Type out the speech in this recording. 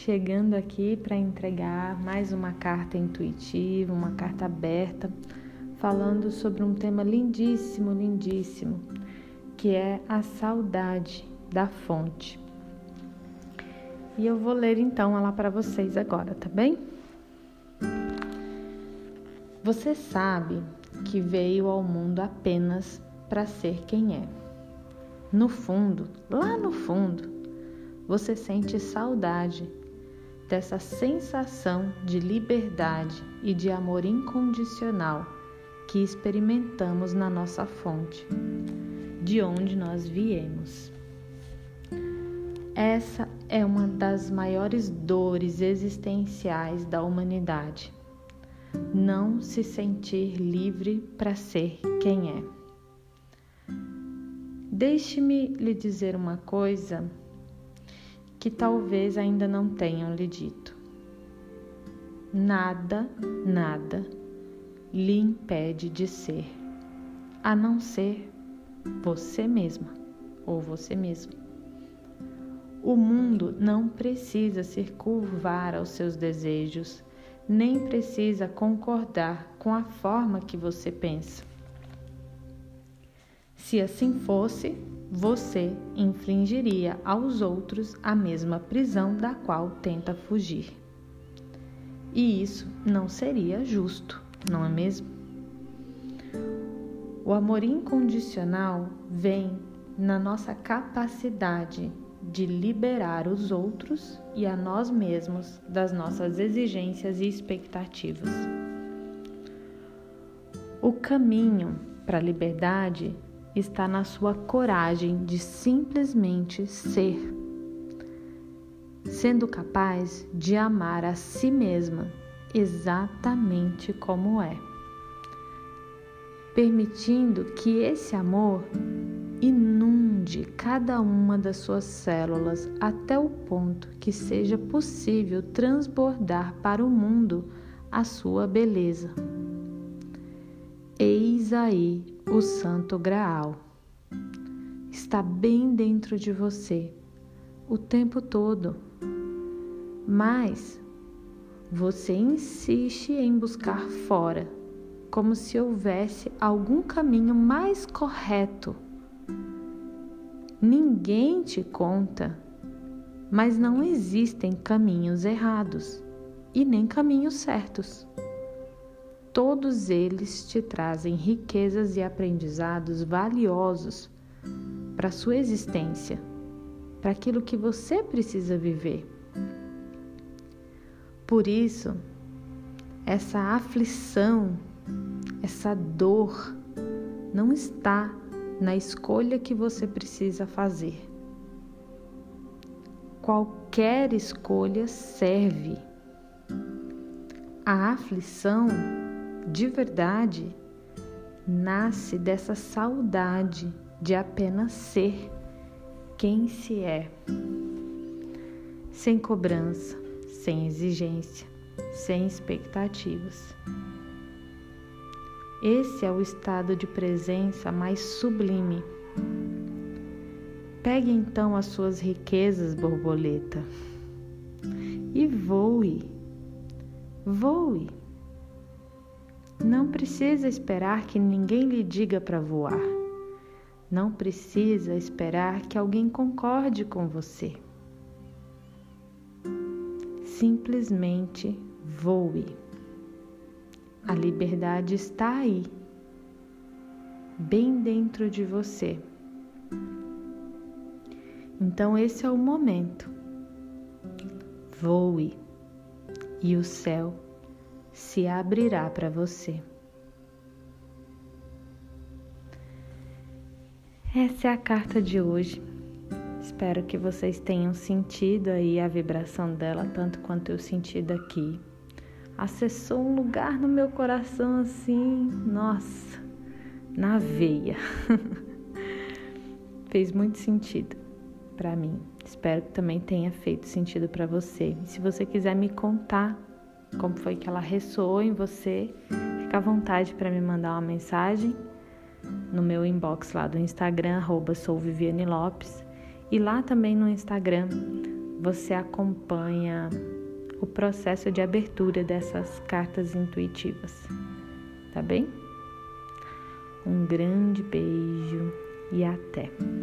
chegando aqui para entregar mais uma carta intuitiva, uma carta aberta, falando sobre um tema lindíssimo, lindíssimo, que é a saudade da fonte. E eu vou ler então ela para vocês agora, tá bem? Você sabe que veio ao mundo apenas para ser quem é. No fundo, lá no fundo, você sente saudade dessa sensação de liberdade e de amor incondicional que experimentamos na nossa fonte, de onde nós viemos. Essa é uma das maiores dores existenciais da humanidade. Não se sentir livre para ser quem é. Deixe-me lhe dizer uma coisa que talvez ainda não tenham lhe dito. Nada lhe impede de ser, a não ser você mesma ou você mesmo. O mundo não precisa se curvar aos seus desejos, nem precisa concordar com a forma que você pensa. Se assim fosse, você infligiria aos outros a mesma prisão da qual tenta fugir. E isso não seria justo, não é mesmo? O amor incondicional vem na nossa capacidade de liberar os outros e a nós mesmos das nossas exigências e expectativas. O caminho para a liberdade está na sua coragem de simplesmente ser, sendo capaz de amar a si mesma exatamente como é, permitindo que esse amor inunde cada uma das suas células até o ponto que seja possível transbordar para o mundo a sua beleza. Eis aí o Santo Graal. Está bem dentro de você o tempo todo, mas você insiste em buscar fora, como se houvesse algum caminho mais correto. Ninguém te conta, mas não existem caminhos errados e nem caminhos certos. Todos eles te trazem riquezas e aprendizados valiosos para a sua existência, para aquilo que você precisa viver. Por isso, essa aflição, essa dor, não está na escolha que você precisa fazer. Qualquer escolha serve. A aflição, de verdade, nasce dessa saudade de apenas ser quem se é, sem cobrança, sem exigência, sem expectativas. Esse é o estado de presença mais sublime. Pegue então as suas riquezas, borboleta, e voe. Voe. Não precisa esperar que ninguém lhe diga para voar. Não precisa esperar que alguém concorde com você. Simplesmente voe. A liberdade está aí, bem dentro de você. Então esse é o momento. Voe e o céu se abrirá para você. Essa é a carta de hoje. Espero que vocês tenham sentido aí a vibração dela, tanto quanto eu senti daqui. Acessou um lugar no meu coração assim, nossa, na veia. Fez muito sentido para mim. Espero que também tenha feito sentido para você. E se você quiser me contar como foi que ela ressoou em você, fica à vontade para me mandar uma mensagem no meu inbox lá do Instagram, @souvivianelopes, e lá também no Instagram você acompanha o processo de abertura dessas cartas intuitivas, tá bem? Um grande beijo e até!